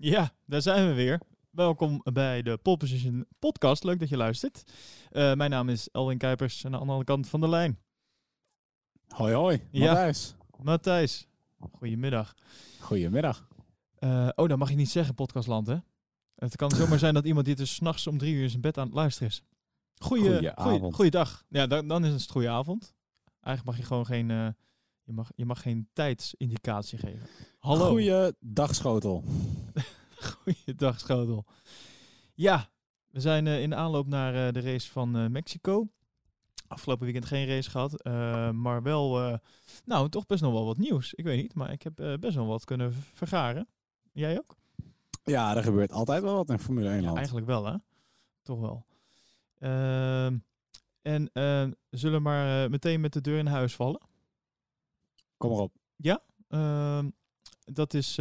Ja, daar zijn we weer. Welkom bij de Pole Position podcast. Leuk dat je luistert. Mijn naam is Elwin Kuipers aan de andere kant van de lijn. Hoi hoi, Ja. Matthijs. Matthijs, goedemiddag. Goedemiddag. Dat mag je niet zeggen, podcastland, hè? Het kan zomaar zijn dat iemand die dus 's nachts om 3 uur in zijn bed aan het luisteren is. Goeiedag. Ja, dan is het goeie avond. Eigenlijk mag je gewoon geen... Je mag geen tijdsindicatie geven. Hallo. Goeiedag, schotel. Goeiedag, schotel. Ja, we zijn in de aanloop naar de race van Mexico. Afgelopen weekend geen race gehad, maar wel, toch best nog wel wat nieuws. Ik weet niet, maar ik heb best wel wat kunnen vergaren. Jij ook? Ja, er gebeurt altijd wel wat in Formule 1 land. Ja, eigenlijk wel, hè? Toch wel. Zullen we maar meteen met de deur in huis vallen? Kom maar op. Ja, dat is...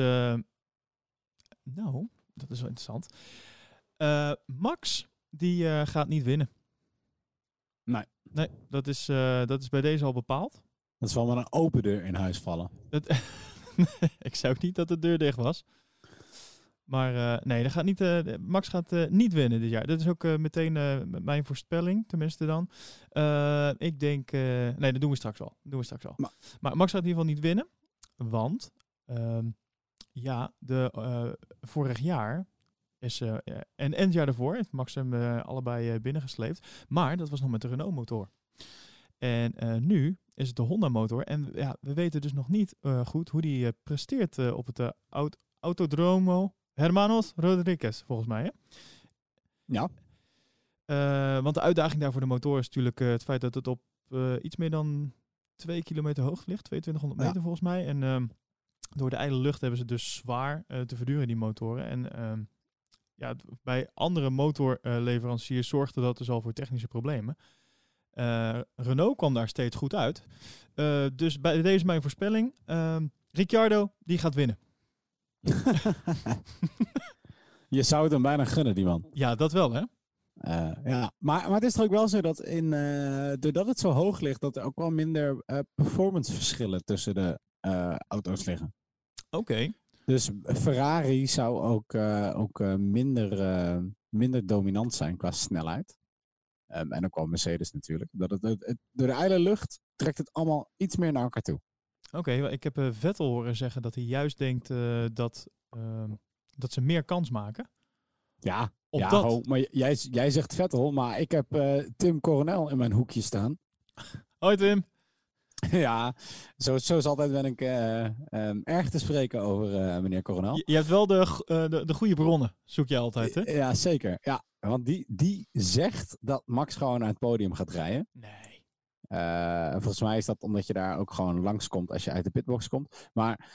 dat is wel interessant. Max, die gaat niet winnen. Nee, dat is bij deze al bepaald. Dat is wel met een open deur in huis vallen. Ik zou ook niet dat de deur dicht was. Maar nee, Max gaat niet winnen dit jaar. Dat is ook meteen mijn voorspelling, tenminste dan. Ik denk... nee, dat doen we straks wel. Maar Max gaat in ieder geval niet winnen. Want, vorig jaar... en het jaar daarvoor heeft Max hem allebei binnengesleept. Maar dat was nog met de Renault-motor. En nu is het de Honda-motor. En ja, we weten dus nog niet goed hoe die presteert op het Autodromo Hermanos Rodriguez, volgens mij. Hè? Ja. Want de uitdaging daar voor de motor is natuurlijk het feit dat het op iets meer dan 2 kilometer hoogte ligt. 2200 meter volgens mij. En door de ijle lucht hebben ze dus zwaar te verduren, die motoren. En... bij andere motorleveranciers zorgde dat dus al voor technische problemen. Renault kwam daar steeds goed uit. Dus bij deze mijn voorspelling. Ricciardo, die gaat winnen. Je zou het hem bijna gunnen, die man. Ja, dat wel, hè? Ja. Maar het is toch ook wel zo dat doordat het zo hoog ligt, dat er ook wel minder performanceverschillen tussen de auto's liggen. Oké. Dus Ferrari zou ook minder dominant zijn qua snelheid. En ook wel Mercedes natuurlijk. Door de ijle lucht trekt het allemaal iets meer naar elkaar toe. Oké, ik heb Vettel horen zeggen dat hij juist denkt dat ze meer kans maken. Ja, maar jij zegt Vettel, maar ik heb Tim Coronel in mijn hoekje staan. Hoi Tim. Ja, zoals altijd ben ik erg te spreken over meneer Coronel. Je hebt wel de goede bronnen, zoek je altijd, hè? Ja, zeker. Ja, want die zegt dat Max gewoon naar het podium gaat rijden. Nee. Volgens mij is dat omdat je daar ook gewoon langskomt als je uit de pitbox komt. Maar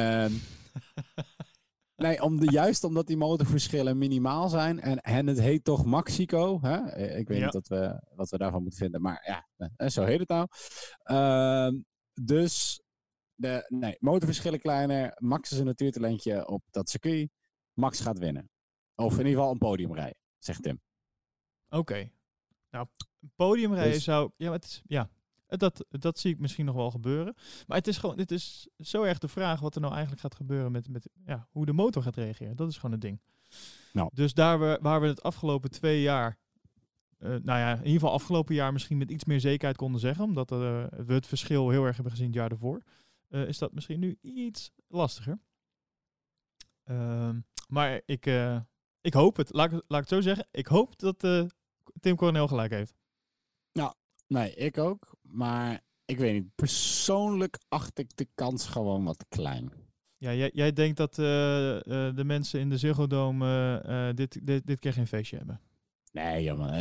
nee, juist omdat die motorverschillen minimaal zijn. En het heet toch Maxico. Hè? Ik weet niet wat we daarvan moeten vinden. Maar ja, zo heet het nou. Dus motorverschillen kleiner. Max is een natuurtalentje op dat circuit. Max gaat winnen. Of in ieder geval een podium rijden, zegt Tim. Oké. Nou, podiumrijden zou... Ja, dat zie ik misschien nog wel gebeuren. Maar het is zo erg de vraag wat er nou eigenlijk gaat gebeuren met hoe de motor gaat reageren. Dat is gewoon het ding. Nou. Dus waar we het afgelopen 2 jaar... in ieder geval afgelopen jaar misschien met iets meer zekerheid konden zeggen. Omdat we het verschil heel erg hebben gezien het jaar ervoor. Is dat misschien nu iets lastiger. Maar ik hoop het. Laat ik het zo zeggen. Ik hoop dat Tim Coronel gelijk heeft. Nou, nee, ik ook. Maar ik weet niet. Persoonlijk acht ik de kans gewoon wat klein. Ja, jij denkt dat de mensen in de Ziggo Dome dit keer geen feestje hebben? Nee, jongen.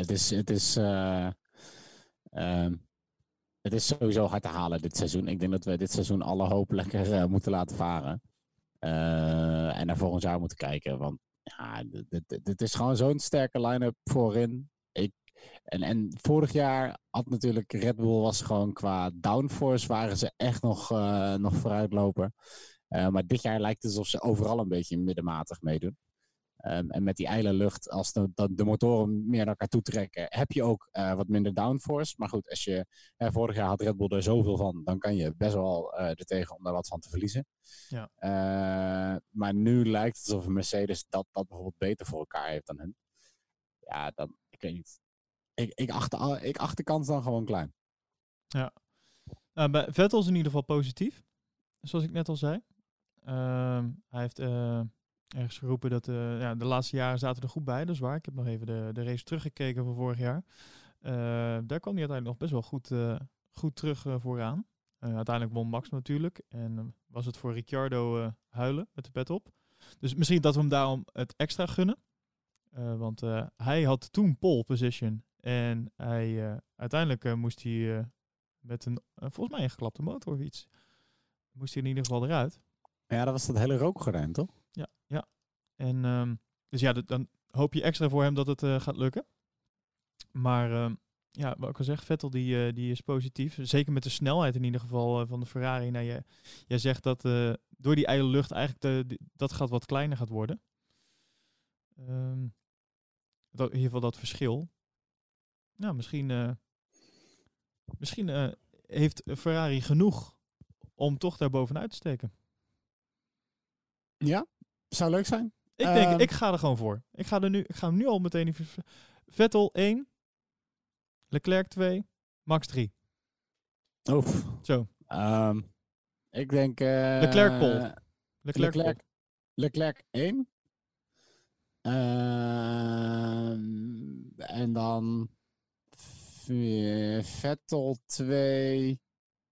Het is sowieso hard te halen dit seizoen. Ik denk dat we dit seizoen alle hoop lekker moeten laten varen. En naar volgend jaar moeten kijken. Want ja, dit is gewoon zo'n sterke line-up voorin. En vorig jaar had natuurlijk Red Bull was gewoon qua downforce waren ze echt nog vooruitloper. Maar dit jaar lijkt het alsof ze overal een beetje middenmatig meedoen. En met die ijle lucht, als de motoren meer naar elkaar toe trekken, heb je ook wat minder downforce. Maar goed, als je vorig jaar had Red Bull er zoveel van, dan kan je best wel er tegen om daar wat van te verliezen. Ja. Maar nu lijkt het alsof Mercedes dat bijvoorbeeld beter voor elkaar heeft dan hen. Ja, dan, ik weet niet. Ik acht de kans dan gewoon klein. Ja. Bij Vettel is in ieder geval positief. Zoals ik net al zei. Hij heeft ergens geroepen dat de laatste jaren zaten er goed bij. Dat is waar. Ik heb nog even de race teruggekeken van vorig jaar. Daar kwam hij uiteindelijk nog best wel goed terug vooraan. Uiteindelijk won Max natuurlijk. En was het voor Ricciardo huilen met de pet op. Dus misschien dat we hem daarom het extra gunnen. Want hij had toen pole position. En uiteindelijk moest hij met een volgens mij een geklapte motor of iets. Moest hij in ieder geval eruit. Ja, dat was dat hele rookgordijn, toch? Ja. En dus ja, dan hoop je extra voor hem dat het gaat lukken. Maar ja, wat ik al zeg, Vettel die is positief. Zeker met de snelheid in ieder geval van de Ferrari. Nou, jij zegt dat door die ijle lucht eigenlijk dat gat wat kleiner gaat worden. In ieder geval dat verschil. Nou, misschien heeft Ferrari genoeg om toch daar bovenuit te steken. Ja, zou leuk zijn. Ik denk, ik ga er gewoon voor. Ik ga hem nu al meteen... Vettel 1, Leclerc 2, Max 3. Oef. Zo. Ik denk... Leclerc pole. Leclerc 1. En dan Vettel 2.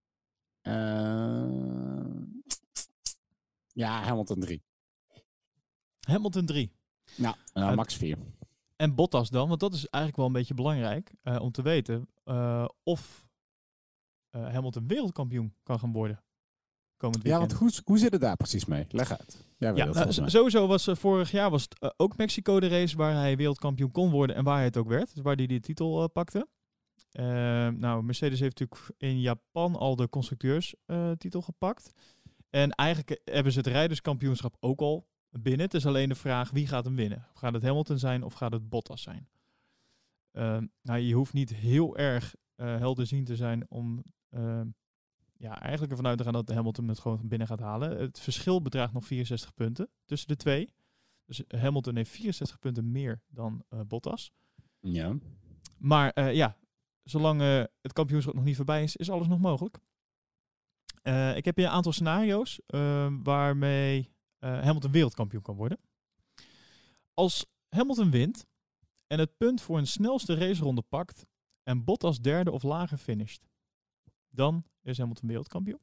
Ja, Hamilton 3. Hamilton 3. Ja, en dan Max 4. En Bottas dan, want dat is eigenlijk wel een beetje belangrijk om te weten of Hamilton wereldkampioen kan gaan worden komend weekend. Ja, want hoe zit het daar precies mee? Leg uit. Sowieso was vorig jaar was het ook Mexico de race waar hij wereldkampioen kon worden en waar hij het ook werd. Dus waar hij de titel pakte. Mercedes heeft natuurlijk in Japan al de constructeurstitel gepakt. En eigenlijk hebben ze het rijderskampioenschap ook al binnen. Het is alleen de vraag wie gaat hem winnen. Gaat het Hamilton zijn of gaat het Bottas zijn? Je hoeft niet heel erg helderziend te zijn om eigenlijk ervan uit te gaan dat Hamilton het gewoon binnen gaat halen. Het verschil bedraagt nog 64 punten tussen de twee. Dus Hamilton heeft 64 punten meer dan Bottas. Ja. Maar zolang het kampioenschap nog niet voorbij is alles nog mogelijk. Ik heb hier een aantal scenario's waarmee Hamilton wereldkampioen kan worden. Als Hamilton wint en het punt voor een snelste raceronde pakt en Bottas derde of lager finisht, dan is Hamilton wereldkampioen.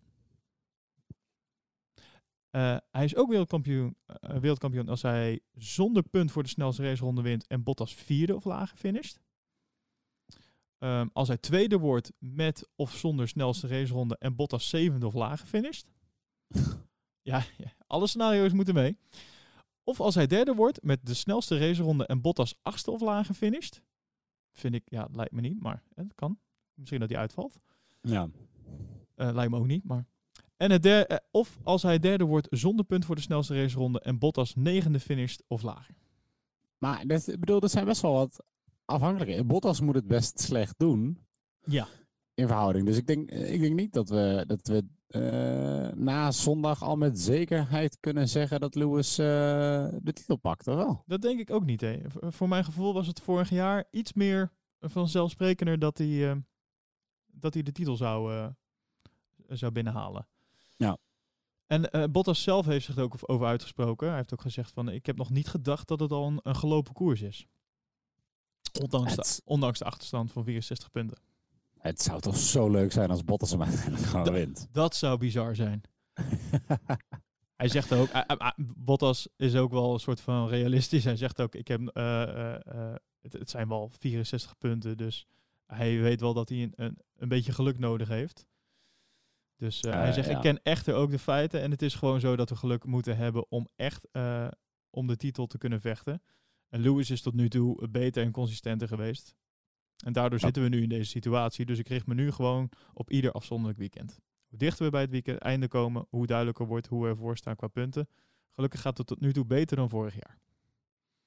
Hij is ook wereldkampioen als hij zonder punt voor de snelste raceronde wint en Bottas vierde of lager finisht. Als hij tweede wordt met of zonder snelste raceronde en Bottas zevende of lager finisht. Ja, alle scenario's moeten mee. Of als hij derde wordt met de snelste raceronde en Bottas achtste of lager finisht. Vind ik, lijkt me niet, maar het kan. Misschien dat hij uitvalt. Ja. Lijkt me ook niet, maar... En of als hij derde wordt zonder punt voor de snelste raceronde en Bottas negende finisht of lager. Maar dat zijn best wel wat afhankelijk. Bottas moet het best slecht doen. Ja. In verhouding. Dus ik denk niet dat we na zondag al met zekerheid kunnen zeggen dat Lewis de titel pakt, of wel? Dat denk ik ook niet. Hè. Voor mijn gevoel was het vorig jaar iets meer vanzelfsprekender dat hij de titel zou binnenhalen. Ja. En Bottas zelf heeft zich er ook over uitgesproken. Hij heeft ook gezegd van, ik heb nog niet gedacht dat het al een gelopen koers is. Ondanks de achterstand van 64 punten. Het zou toch zo leuk zijn als Bottas hem uiteindelijk gewoon wint. Dat zou bizar zijn. Hij zegt ook, Bottas is ook wel een soort van realistisch. Hij zegt ook, ik heb, het zijn wel 64 punten, dus hij weet wel dat hij een beetje geluk nodig heeft. Dus hij zegt, ik ken echter ook de feiten en het is gewoon zo dat we geluk moeten hebben om echt om de titel te kunnen vechten. En Lewis is tot nu toe beter en consistenter geweest. En daardoor zitten we nu in deze situatie. Dus ik richt me nu gewoon op ieder afzonderlijk weekend. Hoe dichter we bij het einde komen, hoe duidelijker wordt hoe we ervoor staan qua punten. Gelukkig gaat het tot nu toe beter dan vorig jaar.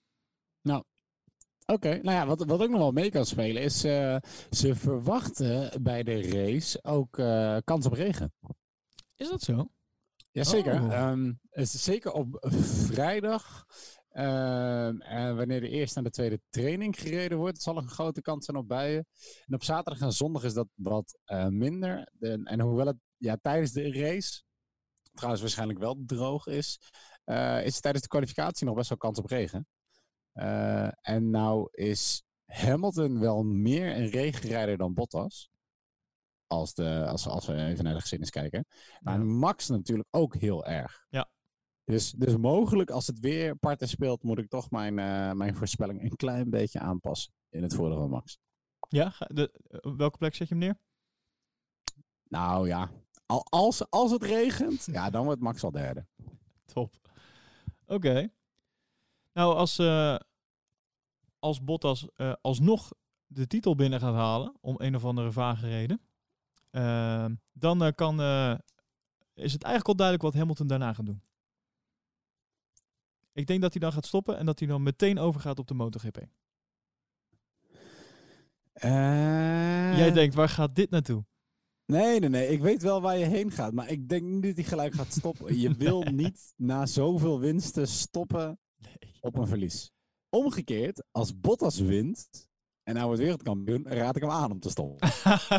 Nou, oké. Nou ja, wat ook nog wel mee kan spelen is... ze verwachten bij de race ook kans op regen. Is dat zo? Jazeker. Oh. Zeker op vrijdag... wanneer de eerste en de tweede training gereden wordt, zal er een grote kans zijn op buien. En op zaterdag en zondag is dat wat minder. En hoewel het tijdens de race trouwens waarschijnlijk wel droog is het tijdens de kwalificatie nog best wel kans op regen. En nou is Hamilton wel meer een regenrijder dan Bottas. Als we even naar de geschiedenis kijken. Maar Max natuurlijk ook heel erg. Ja. Dus mogelijk als het weer parten speelt, moet ik toch mijn voorspelling een klein beetje aanpassen in het voordeel van Max. Ja, welke plek zet je hem neer? Nou ja, als het regent, ja, dan wordt Max al derde. Top. Oké. Nou, als Bottas alsnog de titel binnen gaat halen, om een of andere vage reden, dan is het eigenlijk al duidelijk wat Hamilton daarna gaat doen. Ik denk dat hij dan gaat stoppen en dat hij dan meteen overgaat op de MotoGP. Jij denkt, waar gaat dit naartoe? Nee. Ik weet wel waar je heen gaat. Maar ik denk niet dat hij gelijk gaat stoppen. Je wil niet na zoveel winsten stoppen op een verlies. Omgekeerd, als Bottas wint en hij wordt wereldkampioen, raad ik hem aan om te stoppen.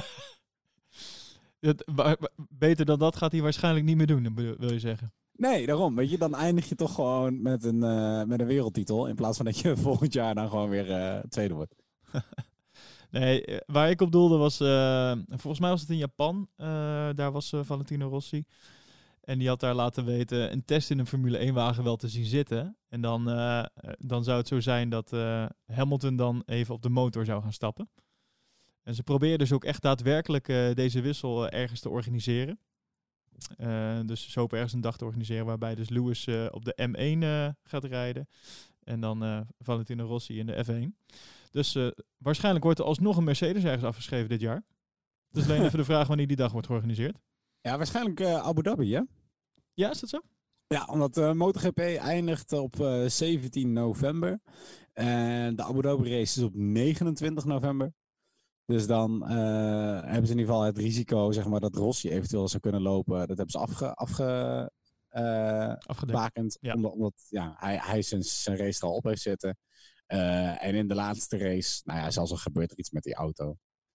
Beter dan dat gaat hij waarschijnlijk niet meer doen, wil je zeggen. Nee, daarom. Weet je, dan eindig je toch gewoon met een wereldtitel. In plaats van dat je volgend jaar dan gewoon weer tweede wordt. Nee, waar ik op doelde was... volgens mij was het in Japan. Daar was Valentino Rossi. En die had daar laten weten een test in een Formule 1-wagen wel te zien zitten. En dan zou het zo zijn dat Hamilton dan even op de motor zou gaan stappen. En ze probeerden dus ook echt daadwerkelijk deze wissel ergens te organiseren. Dus ze hopen ergens een dag te organiseren waarbij dus Lewis op de M1 gaat rijden. En dan Valentino Rossi in de F1. Dus waarschijnlijk wordt er alsnog een Mercedes ergens afgeschreven dit jaar. Dus alleen even de vraag wanneer die dag wordt georganiseerd. Ja, waarschijnlijk Abu Dhabi, hè? Ja, is dat zo? Ja, omdat MotoGP eindigt op 17 november. En de Abu Dhabi race is op 29 november. Dus dan hebben ze in ieder geval het risico, zeg maar, dat Rossi eventueel zou kunnen lopen. Dat hebben ze afgebakend. Ja. Omdat hij zijn race er al op heeft zitten. En in de laatste race, nou ja, zelfs al gebeurt er iets met die auto.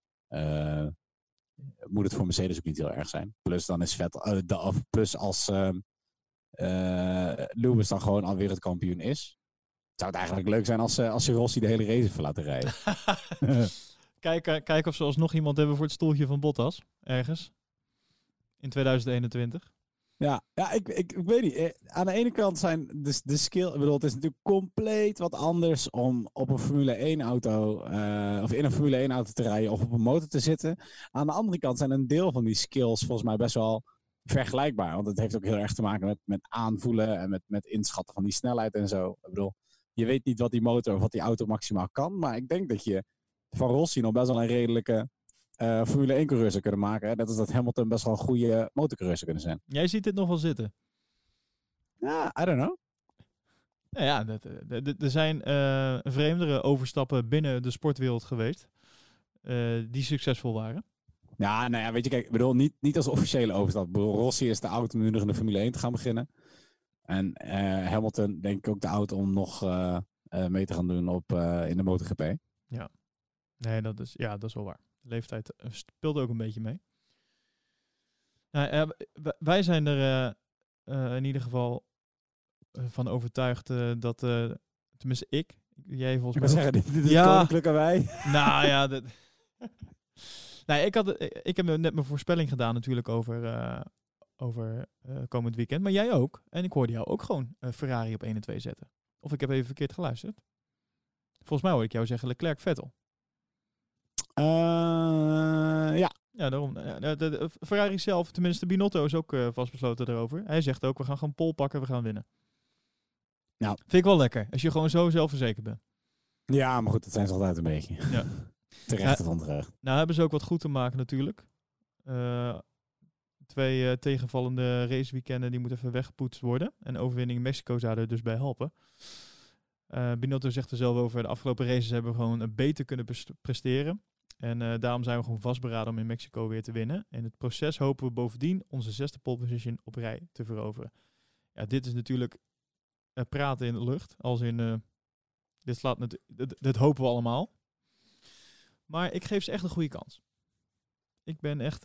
Moet het voor Mercedes ook niet heel erg zijn. Plus dan is plus als Lewis dan gewoon al wereldkampioen is. Zou het eigenlijk leuk zijn als ze Rossi de hele race even laten rijden. Kijk of ze alsnog iemand hebben voor het stoeltje van Bottas. Ergens. In 2021. Ja, ik weet niet. Aan de ene kant zijn de skill... Ik bedoel, het is natuurlijk compleet wat anders om op een Formule 1 auto... of in een Formule 1 auto te rijden of op een motor te zitten. Aan de andere kant zijn een deel van die skills volgens mij best wel vergelijkbaar. Want het heeft ook heel erg te maken met aanvoelen en met inschatten van die snelheid en zo. Ik bedoel, je weet niet wat die motor of wat die auto maximaal kan. Maar ik denk dat je van Rossi nog best wel een redelijke Formule 1-coureur zou kunnen maken. Hè? Net als dat Hamilton best wel een goede motorcoureur zou kunnen zijn. Jij ziet dit nog wel zitten. Ja, I don't know. Nou ja, er zijn vreemdere overstappen binnen de sportwereld geweest. Die succesvol waren. Ja, nou ja, weet je, kijk, ik bedoel, niet als officiële overstap. Ik bedoel, Rossi is de auto om nu nog in de Formule 1 te gaan beginnen. En Hamilton, denk ik ook de auto om nog mee te gaan doen in de MotoGP. Ja. Nee, dat is wel waar. De leeftijd speelt ook een beetje mee. Nou, wij zijn er in ieder geval van overtuigd dat, tenminste jij volgens mij... Ik wil zeggen, dit is koninklijk aan wij. Nou ja, nee, ik heb net mijn voorspelling gedaan natuurlijk over komend weekend. Maar jij ook. En ik hoorde jou ook gewoon Ferrari op 1 en 2 zetten. Of ik heb even verkeerd geluisterd. Volgens mij hoorde ik jou zeggen Leclerc Vettel. Ja. Ja, daarom. De Ferrari zelf, tenminste Binotto is ook vastbesloten erover. Hij zegt ook, we gaan gewoon pole pakken, we gaan winnen. Nou. Vind ik wel lekker, als je gewoon zo zelfverzekerd bent. Ja, maar goed, dat zijn ze altijd een beetje. Ja. Terecht of onterecht. Nou hebben ze ook wat goed te maken natuurlijk. 2 tegenvallende raceweekenden die moeten even weggepoetst worden. En overwinning in Mexico zouden er dus bij helpen. Binotto zegt er zelf over, de afgelopen races hebben we gewoon beter kunnen presteren. En daarom zijn we gewoon vastberaden om in Mexico weer te winnen. In het proces hopen we bovendien onze 6e pole position op rij te veroveren. Ja, dit is natuurlijk praten in de lucht. Als in, dit hopen we allemaal. Maar ik geef ze echt een goede kans. Ik ben echt,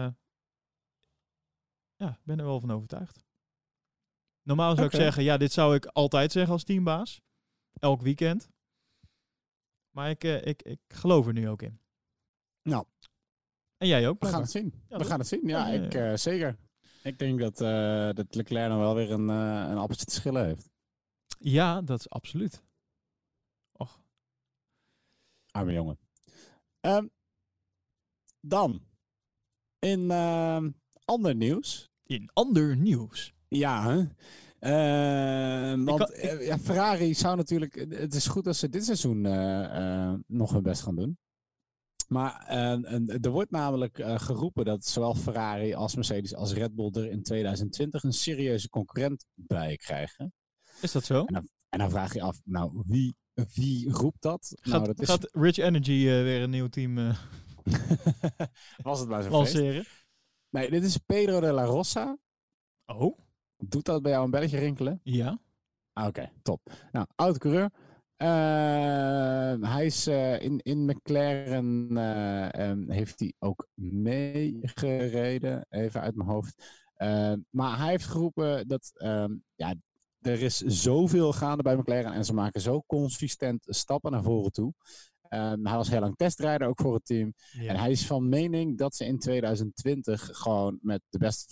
ben er wel van overtuigd. Normaal zou ik zeggen, ja, dit zou ik altijd zeggen als teambaas. Elk weekend. Maar ik geloof er nu ook in. Nou. En jij ook? We gaan het zien. Ja, we gaan het zien. Ja, ik zeker. Ik denk dat Leclerc dan wel weer een appeltje te schillen heeft. Ja, dat is absoluut. Och. Arme jongen. Dan. In ander nieuws. In ander nieuws? Ja, hè? Want Ferrari zou natuurlijk... Het is goed dat ze dit seizoen nog hun best gaan doen. Maar er wordt namelijk geroepen dat zowel Ferrari als Mercedes als Red Bull er in 2020 een serieuze concurrent bij krijgen. Is dat zo? En dan vraag je af, nou, wie roept dat? Gaat Rich Energy weer een nieuw team Was het maar zo lanceren? Nee, dit is Pedro de la Rosa. Oh? Doet dat bij jou een belletje rinkelen? Ja. Oké, top. Nou, oud-coureur. Hij is in McLaren heeft hij ook meegereden, even uit mijn hoofd. Maar hij heeft geroepen dat er is zoveel gaande bij McLaren en ze maken zo consistent stappen naar voren toe. Hij was heel lang testrijder ook voor het team. Ja. En hij is van mening dat ze in 2020 gewoon met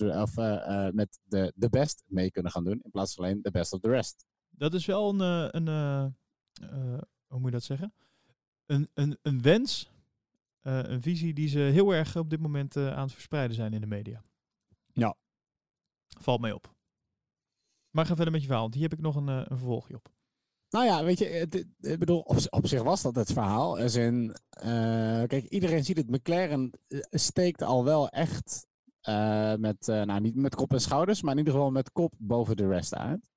de best mee kunnen gaan doen. In plaats van alleen de best of the rest. Dat is wel hoe moet je dat zeggen? Een wens, een visie die ze heel erg op dit moment aan het verspreiden zijn in de media. Ja. Valt mij op. Maar ga verder met je verhaal, want hier heb ik nog een vervolgje op. Nou ja, weet je, ik bedoel, op zich was dat het verhaal. Kijk, iedereen ziet het. McLaren steekt al wel echt niet met kop en schouders, maar in ieder geval met kop boven de rest uit.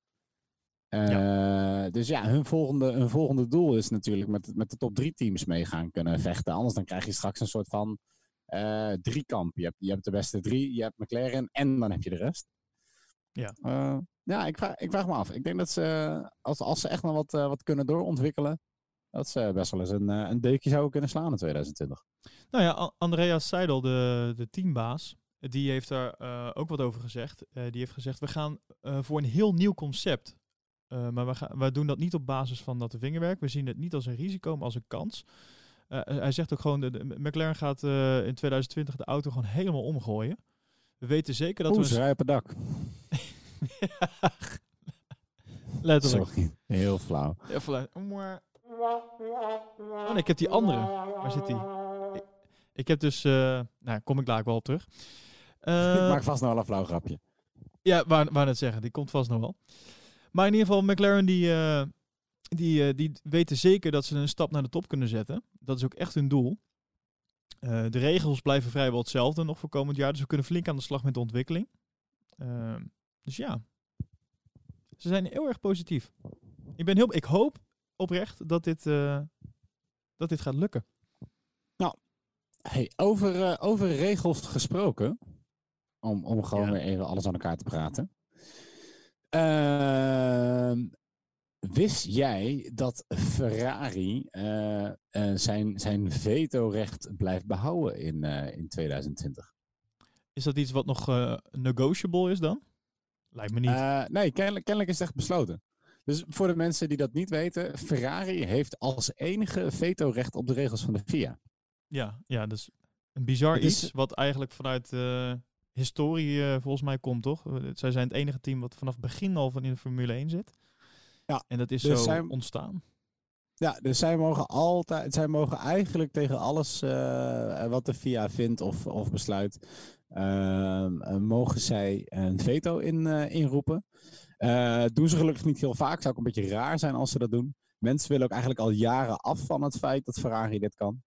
Dus ja, hun volgende doel is natuurlijk met de top 3 teams mee gaan kunnen vechten. Anders dan krijg je straks een soort van driekamp. Je hebt de beste 3, je hebt McLaren en dan heb je de rest. Ja. Ik vraag me af. Ik denk dat ze, als ze echt nog wat kunnen doorontwikkelen, dat ze best wel eens een deukje zouden kunnen slaan in 2020. Nou ja, Andreas Seidel, de teambaas, die heeft daar ook wat over gezegd. Die heeft gezegd, we gaan voor een heel nieuw concept. Maar we doen dat niet op basis van dat vingerwerk. We zien het niet als een risico, maar als een kans. Hij zegt ook gewoon, de McLaren gaat in 2020 de auto gewoon helemaal omgooien. We weten zeker dat ze rijden op het dak. Letterlijk. Sorry, heel flauw. Heel flauw. Oh nee, ik heb die andere. Waar zit die? Ik heb dus... kom ik daar wel op terug. Ik maak vast nog wel een flauw grapje. Ja, wou net zeggen. Die komt vast nog wel. Maar in ieder geval, McLaren die weten zeker dat ze een stap naar de top kunnen zetten. Dat is ook echt hun doel. De regels blijven vrijwel hetzelfde nog voor komend jaar. Dus we kunnen flink aan de slag met de ontwikkeling. Dus ja. Ze zijn heel erg positief. Ik hoop oprecht dat dit gaat lukken. Nou, hey, over regels gesproken. Om gewoon weer even alles aan elkaar te praten. Wist jij dat Ferrari zijn vetorecht blijft behouden in 2020? Is dat iets wat nog negotiable is dan? Lijkt me niet. Nee, kennelijk is het echt besloten. Dus voor de mensen die dat niet weten, Ferrari heeft als enige vetorecht op de regels van de FIA. Ja, dat is een bizar iets wat eigenlijk vanuit historie volgens mij komt, toch? Zij zijn het enige team wat vanaf het begin al van in de Formule 1 zit. Ja, en dat is dus zo ontstaan. Ja, dus zij mogen eigenlijk tegen alles wat de FIA vindt of besluit, mogen zij een veto inroepen. Doen ze gelukkig niet heel vaak. Zou ook een beetje raar zijn als ze dat doen. Mensen willen ook eigenlijk al jaren af van het feit dat Ferrari dit kan.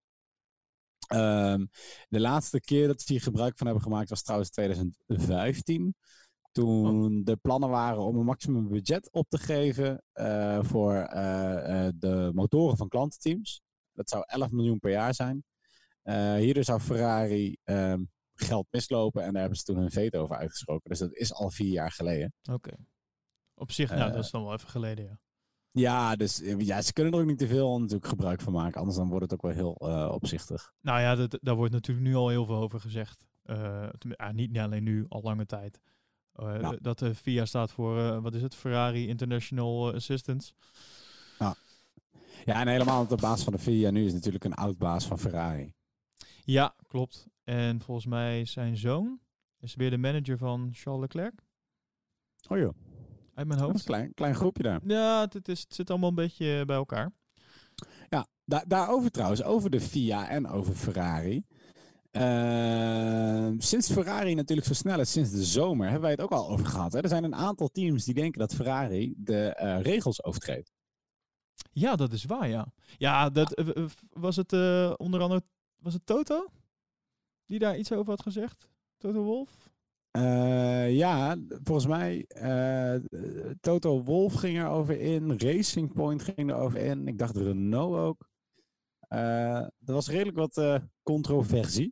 De laatste keer dat ze hier gebruik van hebben gemaakt was trouwens 2015. Toen de plannen waren om een maximum budget op te geven voor de motoren van klantenteams. Dat zou 11 miljoen per jaar zijn. Hierdoor zou Ferrari geld mislopen en daar hebben ze toen hun veto over uitgesproken. Dus dat is al 4 jaar geleden. Oké. Op zich, dat is dan wel even geleden, ja. Ja, dus ze kunnen er ook niet te veel natuurlijk gebruik van maken. Anders dan wordt het ook wel heel opzichtig. Nou ja, daar wordt natuurlijk nu al heel veel over gezegd. Niet alleen nu, al lange tijd. Dat de FIA staat voor, wat is het? Ferrari International Assistance. Ja, en helemaal de baas van de FIA nu is natuurlijk een oud-baas van Ferrari. Ja, klopt. En volgens mij zijn zoon is weer de manager van Charles Leclerc. Oh joh. Uit mijn hoofd. Een klein groepje daar. Ja, het zit allemaal een beetje bij elkaar. Ja, daarover trouwens, over de FIA en over Ferrari. Sinds Ferrari natuurlijk zo snel is, sinds de zomer, hebben wij het ook al over gehad. Hè? Er zijn een aantal teams die denken dat Ferrari de regels overtreedt. Ja, dat is waar, ja. Ja, was het onder andere, was het Toto? Die daar iets over had gezegd? Toto Wolff? Ja, volgens mij Toto Wolff ging erover in, Racing Point ging erover in, ik dacht Renault ook. Er was redelijk wat controversie.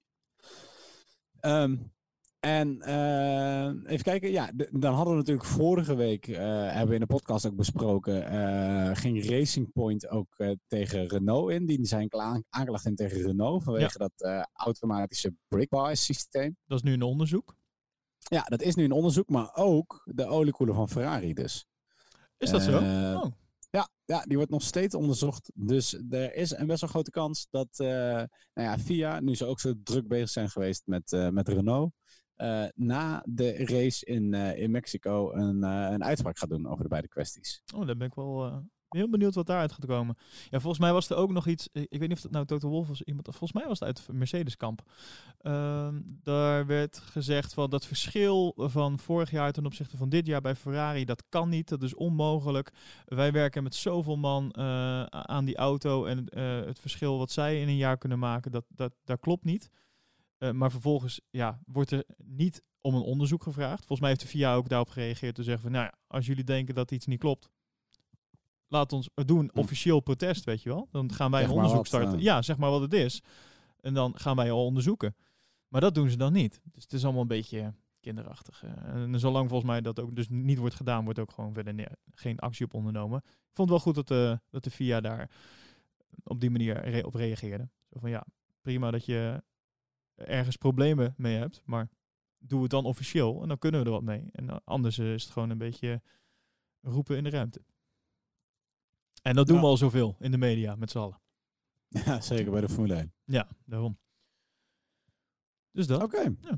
Even kijken, ja, dan hadden we natuurlijk vorige week, hebben we in de podcast ook besproken, ging Racing Point ook tegen Renault in. Die zijn aangeklaagd in tegen Renault vanwege dat automatische brake systeem. Dat is nu een onderzoek. Ja, dat is nu een onderzoek, maar ook de oliekoeler van Ferrari dus. Is dat zo? Oh. Ja, die wordt nog steeds onderzocht. Dus er is een best wel grote kans dat FIA, nu ze ook zo druk bezig zijn geweest met Renault, na de race in Mexico een uitspraak gaat doen over de beide kwesties. Oh, daar ben ik wel heel benieuwd wat daaruit gaat komen. Ja, volgens mij was er ook nog iets, ik weet niet of dat nou Toto Wolff was, volgens mij was het uit Mercedes-kamp. Daar werd gezegd van dat verschil van vorig jaar ten opzichte van dit jaar bij Ferrari, dat kan niet, dat is onmogelijk. Wij werken met zoveel man aan die auto en het verschil wat zij in een jaar kunnen maken, dat klopt niet. Maar vervolgens wordt er niet om een onderzoek gevraagd. Volgens mij heeft de FIA ook daarop gereageerd te zeggen van, nou ja, als jullie denken dat iets niet klopt, laat ons doen officieel protest, weet je wel. Dan gaan wij een onderzoek starten. Ja, zeg maar wat het is. En dan gaan wij al onderzoeken. Maar dat doen ze dan niet. Dus het is allemaal een beetje kinderachtig. En zolang volgens mij dat ook dus niet wordt gedaan, wordt ook gewoon verder geen actie op ondernomen. Ik vond het wel goed dat de FIA daar op die manier op reageerde. Zo van ja, prima dat je ergens problemen mee hebt, maar doe het dan officieel en dan kunnen we er wat mee. En anders is het gewoon een beetje roepen in de ruimte. En dat doen we al zoveel in de media, met z'n allen. Ja, zeker bij de Formule 1. Ja, daarom. Dus dat. Oké. Ja.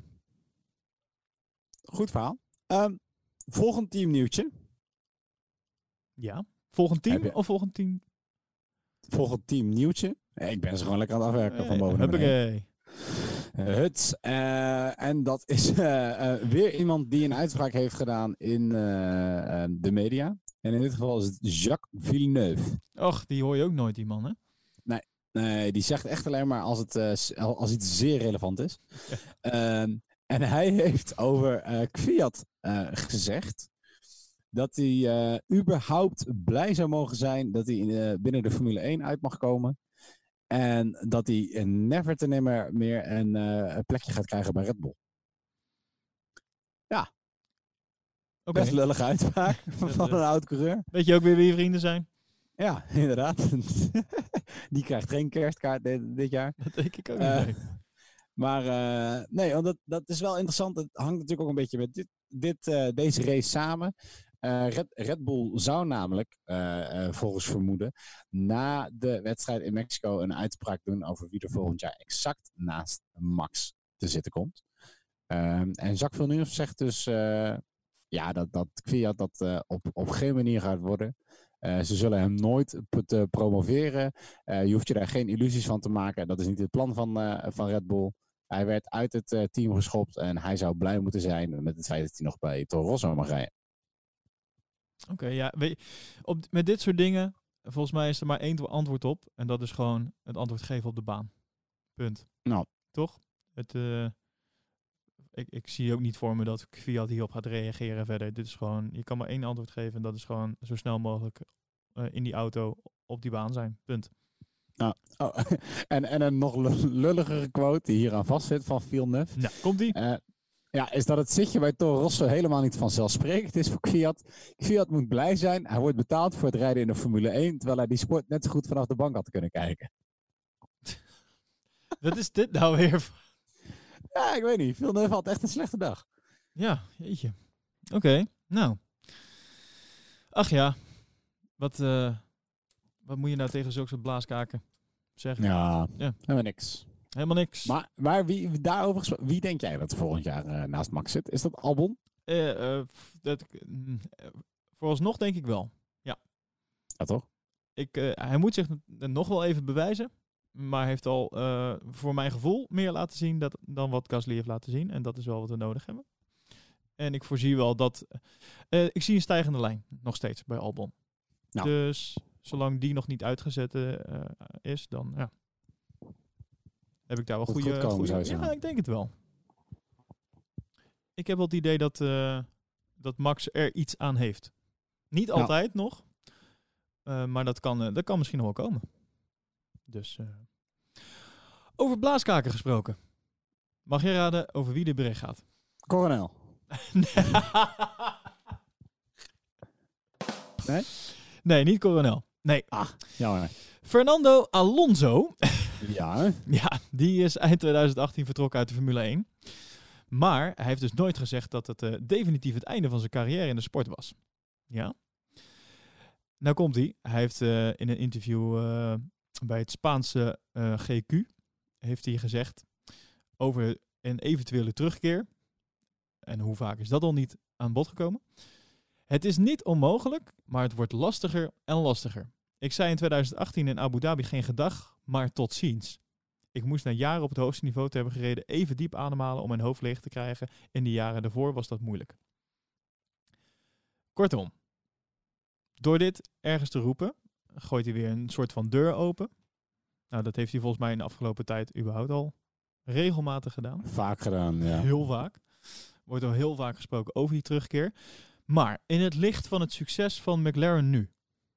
Goed verhaal. Volgend teamnieuwtje. Ja. Volgend team of volgend team? Volgend teamnieuwtje. Ik ben ze gewoon lekker aan het afwerken van boven naar beneden. En dat is weer iemand die een uitspraak heeft gedaan in de media. En in dit geval is het Jacques Villeneuve. Och, die hoor je ook nooit, die man, hè? Nee, die zegt echt alleen maar als iets zeer relevant is. En hij heeft over Kvyat gezegd dat hij überhaupt blij zou mogen zijn dat hij binnen de Formule 1 uit mag komen. En dat hij never te nimmer meer een plekje gaat krijgen bij Red Bull. Ja. Okay. Best lullige uitspraak van een oud-coureur. Weet je ook weer wie je vrienden zijn? Ja, inderdaad. Die krijgt geen kerstkaart dit jaar. Dat denk ik ook niet. Maar nee, want dat is wel interessant. Het hangt natuurlijk ook een beetje met deze race samen. Red Bull zou namelijk, volgens vermoeden, na de wedstrijd in Mexico een uitspraak doen over wie er volgend jaar exact naast Max te zitten komt. En Jacques Villeneuve zegt dus dat Kvyat dat op geen manier gaat worden. Ze zullen hem nooit promoveren. Je hoeft je daar geen illusies van te maken. Dat is niet het plan van Red Bull. Hij werd uit het team geschopt en hij zou blij moeten zijn met het feit dat hij nog bij Toro Rosso mag rijden. Oké, ja. Met dit soort dingen, volgens mij is er maar één antwoord op. En dat is gewoon het antwoord geven op de baan. Punt. Nou. Toch? ik zie ook niet voor me dat Kvyat hierop gaat reageren verder. Dit is gewoon, je kan maar één antwoord geven en dat is gewoon zo snel mogelijk in die auto op die baan zijn. Punt. En een nog lulligere quote die hier aan vast zit van Villeneuve. Nou, komt-ie? Is dat het zitje bij Toro Rosso helemaal niet vanzelfsprekend is voor Kvyat. Kvyat moet blij zijn. Hij wordt betaald voor het rijden in de Formule 1, terwijl hij die sport net zo goed vanaf de bank had kunnen kijken. Wat is dit nou weer? Ja, ik weet niet. Villeneuve had echt een slechte dag. Ja, jeetje. Oké, nou. Ach ja, wat moet je nou tegen zulke soort blaaskaken zeggen? Ja, helemaal niks. Helemaal niks. Maar wie denk jij dat volgend jaar naast Max zit? Is dat Albon? Vooralsnog denk ik wel. Ja. Ja, toch? Hij moet zich nog wel even bewijzen. Maar heeft al voor mijn gevoel meer laten zien dan wat Gasly heeft laten zien. En dat is wel wat we nodig hebben. En ik voorzie wel dat... ik zie een stijgende lijn nog steeds bij Albon. Nou. Dus zolang die nog niet uitgezet is, dan ja. Heb ik daar wel goede... Ja, ik denk het wel. Ik heb wel het idee dat Max er iets aan heeft. Niet altijd nog. Maar dat kan misschien nog wel komen. Dus over blaaskaken gesproken. Mag je raden over wie dit bericht gaat? Coronel. Nee? Nee, niet Coronel. Nee. Jammer. Fernando Alonso. Ja. Ja, die is eind 2018 vertrokken uit de Formule 1. Maar hij heeft dus nooit gezegd dat het definitief het einde van zijn carrière in de sport was. Ja. Nou komt hij. Hij heeft in een interview bij het Spaanse GQ heeft hij gezegd over een eventuele terugkeer. En hoe vaak is dat al niet aan bod gekomen? Het is niet onmogelijk, maar het wordt lastiger en lastiger. Ik zei in 2018 in Abu Dhabi geen gedag, maar tot ziens. Ik moest na jaren op het hoogste niveau te hebben gereden even diep ademhalen om mijn hoofd leeg te krijgen. In de jaren daarvoor was dat moeilijk. Kortom, door dit ergens te roepen, gooit hij weer een soort van deur open. Nou, dat heeft hij volgens mij in de afgelopen tijd überhaupt al regelmatig gedaan. Vaak gedaan, ja. Heel vaak. Wordt al heel vaak gesproken over die terugkeer. Maar in het licht van het succes van McLaren nu.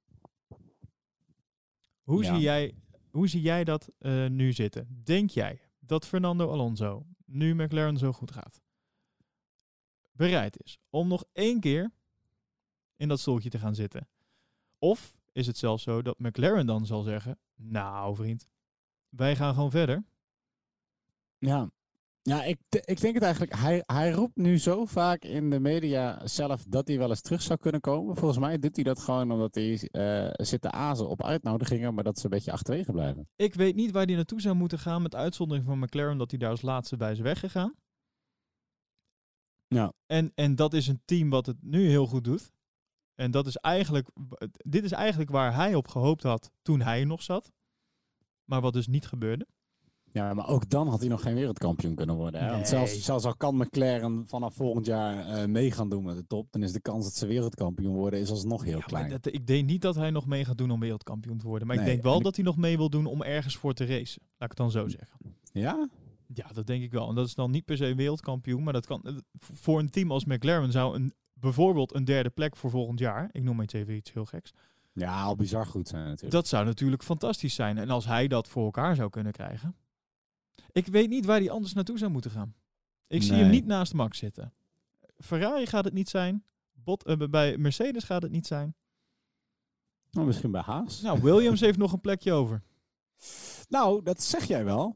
Hoe zie jij dat nu zitten? Denk jij dat Fernando Alonso, nu McLaren zo goed gaat, bereid is om nog 1 keer in dat stoeltje te gaan zitten? Of is het zelfs zo dat McLaren dan zal zeggen, nou vriend, wij gaan gewoon verder? Ja, ik denk het eigenlijk. Hij roept nu zo vaak in de media zelf dat hij wel eens terug zou kunnen komen. Volgens mij doet hij dat gewoon omdat hij zit te azen op uitnodigingen, maar dat ze een beetje achterwege blijven. Ik weet niet waar hij naartoe zou moeten gaan, met uitzondering van McLaren, dat hij daar als laatste bij is weggegaan. Ja. En dat is een team wat het nu heel goed doet. En dit is eigenlijk waar hij op gehoopt had toen hij nog zat. Maar wat dus niet gebeurde. Ja, maar ook dan had hij nog geen wereldkampioen kunnen worden. Hè? Nee. Want zelfs al kan McLaren vanaf volgend jaar mee gaan doen met de top, dan is de kans dat ze wereldkampioen worden is alsnog heel klein. Maar ik denk niet dat hij nog mee gaat doen om wereldkampioen te worden. Maar ik denk wel dat hij nog mee wil doen om ergens voor te racen. Laat ik het dan zo zeggen. Ja? Ja, dat denk ik wel. En dat is dan niet per se wereldkampioen, maar dat kan voor een team als McLaren zou bijvoorbeeld een 3e plek voor volgend jaar, ik noem maar even iets heel geks. Ja, al bizar goed zijn natuurlijk. Dat zou natuurlijk fantastisch zijn. En als hij dat voor elkaar zou kunnen krijgen. Ik weet niet waar hij anders naartoe zou moeten gaan. Ik zie hem niet naast Max zitten. Ferrari gaat het niet zijn. Bij Mercedes gaat het niet zijn. Nou, misschien bij Haas. Nou, Williams heeft nog een plekje over. Nou, dat zeg jij wel.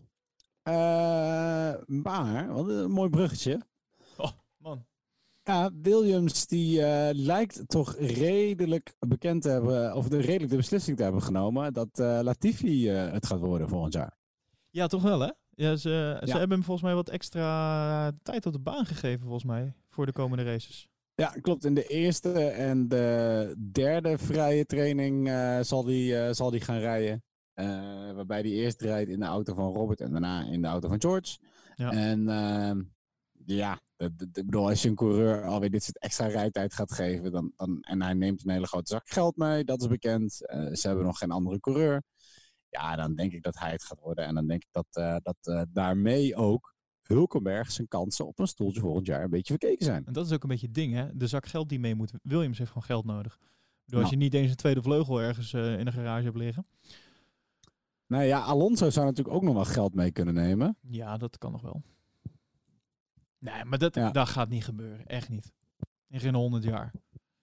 Maar, wat een mooi bruggetje. Oh, man. Ja, Williams die lijkt toch redelijk bekend te hebben, of redelijk de beslissing te hebben genomen dat Latifi het gaat worden volgend jaar. Ja, toch wel hè? Ja, ze hebben hem volgens mij wat extra tijd op de baan gegeven volgens mij voor de komende races. Ja, klopt. In de eerste en de 3e vrije training zal die gaan rijden. Waarbij hij eerst rijdt in de auto van Robert en daarna in de auto van George. Ja. En ik bedoel, als je een coureur alweer dit soort extra rijtijd gaat geven, en hij neemt een hele grote zak geld mee, dat is bekend. Ze hebben nog geen andere coureur. Ja, dan denk ik dat hij het gaat worden. En dan denk ik dat daarmee ook Hülkenberg zijn kansen op een stoeltje volgend jaar een beetje verkeken zijn. En dat is ook een beetje het ding, hè? De zak geld die mee moet. Williams heeft gewoon geld nodig. Als Nou. je niet eens een tweede vleugel ergens in een garage hebt liggen. Nou ja, Alonso zou natuurlijk ook nog wel geld mee kunnen nemen. Ja, dat kan nog wel. Nee, maar dat gaat niet gebeuren. Echt niet. In geen 100 jaar.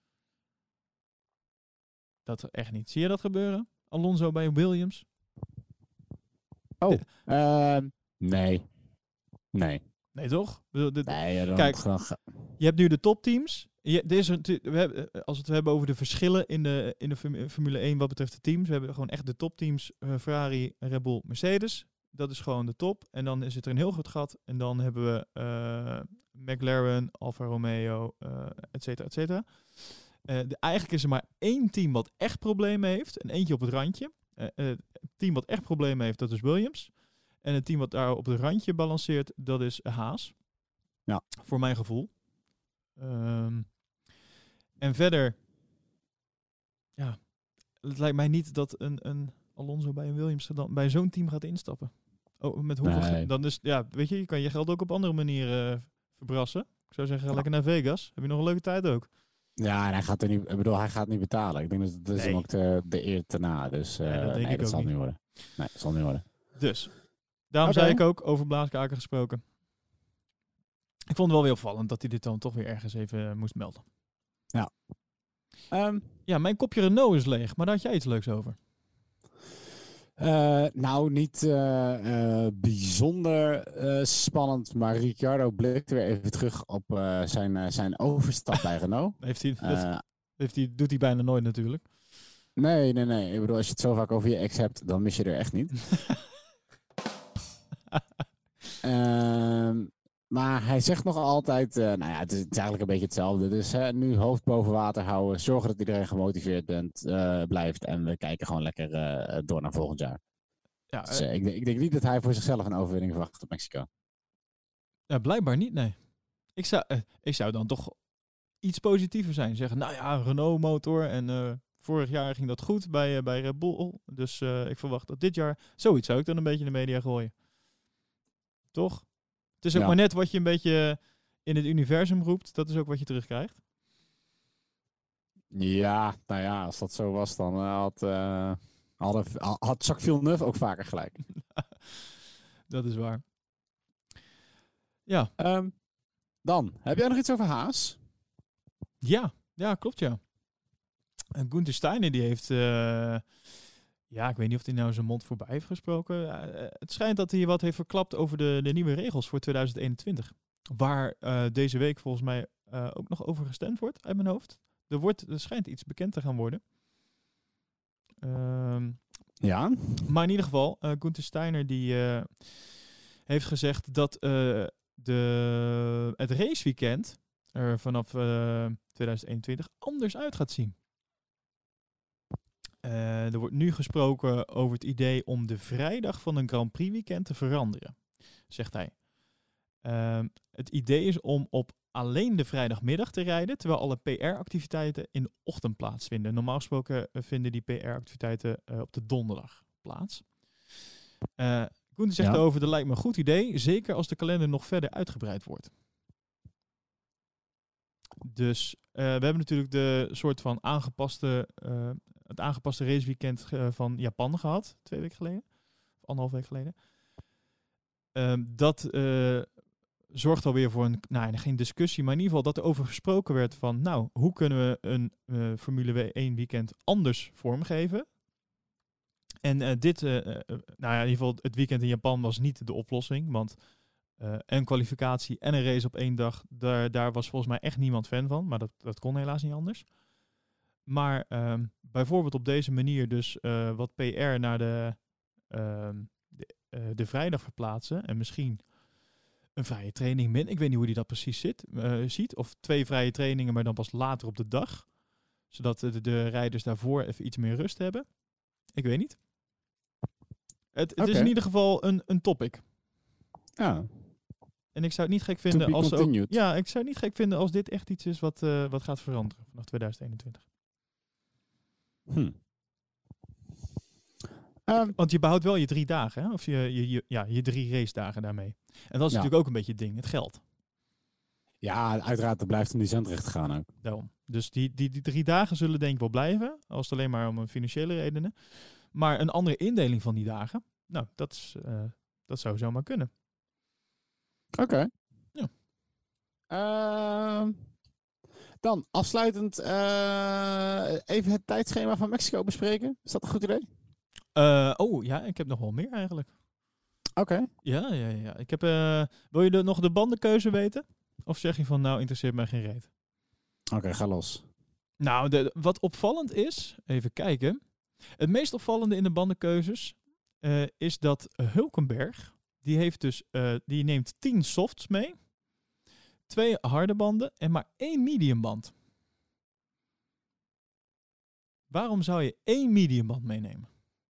Dat echt niet. Zie je dat gebeuren? Alonso bij Williams? Nee. Nee, toch? Kijk, je hebt nu de topteams. Als we het hebben over de verschillen in de Formule 1 wat betreft de teams. We hebben gewoon echt de topteams. Ferrari, Red Bull, Mercedes. Dat is gewoon de top. En dan zit er een heel groot gat. En dan hebben we McLaren, Alfa Romeo, et cetera, et cetera. Eigenlijk is er maar één team wat echt problemen heeft. En eentje op het randje. Het team wat echt problemen heeft, dat is Williams. En het team wat daar op het randje balanceert, dat is Haas. Ja. Voor mijn gevoel. En verder, ja, het lijkt mij niet dat een Alonso bij een Williams dan bij zo'n team gaat instappen. Oh, met hoeveel dan is, ja, weet je kan je geld ook op andere manieren verbrassen. Ik zou zeggen, lekker naar Vegas. Heb je nog een leuke tijd ook. Ja, en hij gaat niet betalen. Ik denk dat is hem ook de eer te na. Dus dat zal niet worden. Nee, dat zal niet worden. Dus, daarom zei ik ook, over blaaskaken gesproken. Ik vond het wel weer opvallend dat hij dit dan toch weer ergens even moest melden. Ja. Ja, mijn kopje Renault is leeg, maar daar had jij iets leuks over. Nou, niet bijzonder spannend, maar Ricciardo blikt weer even terug op zijn overstap bij Renault. Doet hij bijna nooit natuurlijk. Nee. Ik bedoel, als je het zo vaak over je ex hebt, dan mis je er echt niet. Maar hij zegt nog altijd, het is eigenlijk een beetje hetzelfde. Dus nu hoofd boven water houden, zorgen dat iedereen gemotiveerd blijft. En we kijken gewoon lekker door naar volgend jaar. Ja, dus, ik denk niet dat hij voor zichzelf een overwinning verwacht op Mexico. Ja, blijkbaar niet, nee. Ik zou dan toch iets positiever zijn. Zeggen, nou ja, Renault motor en vorig jaar ging dat goed bij Red Bull. Dus ik verwacht dat dit jaar zoiets zou ik dan een beetje in de media gooien. Toch? Het is ook maar net wat je een beetje in het universum roept. Dat is ook wat je terugkrijgt. Ja, nou ja, als dat zo was, dan had Jacques Villeneuve ook vaker gelijk. Dat is waar. Ja. Dan, heb jij nog iets over Haas? Ja, klopt ja. En Gunther Steiner die heeft... ik weet niet of hij nou zijn mond voorbij heeft gesproken. Het schijnt dat hij wat heeft verklapt over de nieuwe regels voor 2021. Waar deze week volgens mij ook nog over gestemd wordt, uit mijn hoofd. Er schijnt iets bekend te gaan worden. Ja. Maar in ieder geval, Gunther Steiner die heeft gezegd dat het raceweekend er vanaf 2021 anders uit gaat zien. Er wordt nu gesproken over het idee om de vrijdag van een Grand Prix weekend te veranderen, zegt hij. Het idee is om op alleen de vrijdagmiddag te rijden, terwijl alle PR-activiteiten in de ochtend plaatsvinden. Normaal gesproken vinden die PR-activiteiten op de donderdag plaats. Gunther zegt erover, dat lijkt me een goed idee, zeker als de kalender nog verder uitgebreid wordt. Dus we hebben natuurlijk de soort van het aangepaste raceweekend van Japan gehad, 2 weken geleden. Of 1,5 week geleden. Dat zorgt alweer voor geen discussie, maar in ieder geval dat er over gesproken werd van, hoe kunnen we een Formule 1 weekend anders vormgeven? En in ieder geval het weekend in Japan was niet de oplossing, want een kwalificatie en een race op 1 dag, daar was volgens mij echt niemand fan van, maar dat kon helaas niet anders. Maar bijvoorbeeld op deze manier dus wat PR naar de vrijdag verplaatsen en misschien een vrije training ik weet niet hoe die dat precies ziet. Of 2 vrije trainingen, maar dan pas later op de dag. Zodat de rijders daarvoor even iets meer rust hebben. Ik weet niet. Het is in ieder geval een topic. Ja. En ik zou het niet gek vinden als ik zou het niet gek vinden als dit echt iets is wat gaat veranderen vanaf 2021. Want je behoudt wel je 3 dagen, hè? Of je 3 race dagen daarmee. En dat is natuurlijk ook een beetje het ding, het geld. Ja, uiteraard, er blijft om die zendrecht gaan ook. Daarom. Dus die 3 dagen zullen denk ik wel blijven, als het alleen maar om financiële redenen. Maar een andere indeling van die dagen, nou, dat zou zomaar kunnen. Oké. Ja. Dan afsluitend even het tijdschema van Mexico bespreken. Is dat een goed idee? Ja, ik heb nog wel meer eigenlijk. Oké. Ja. Ik heb, wil je nog de bandenkeuze weten? Of zeg je van, nou, interesseert mij geen reet? Oké, ga los. Nou, wat opvallend is, even kijken. Het meest opvallende in de bandenkeuzes is dat Hulkenberg, die neemt 10 softs mee, 2 harde banden en maar 1 medium band. Waarom zou je 1 medium band meenemen?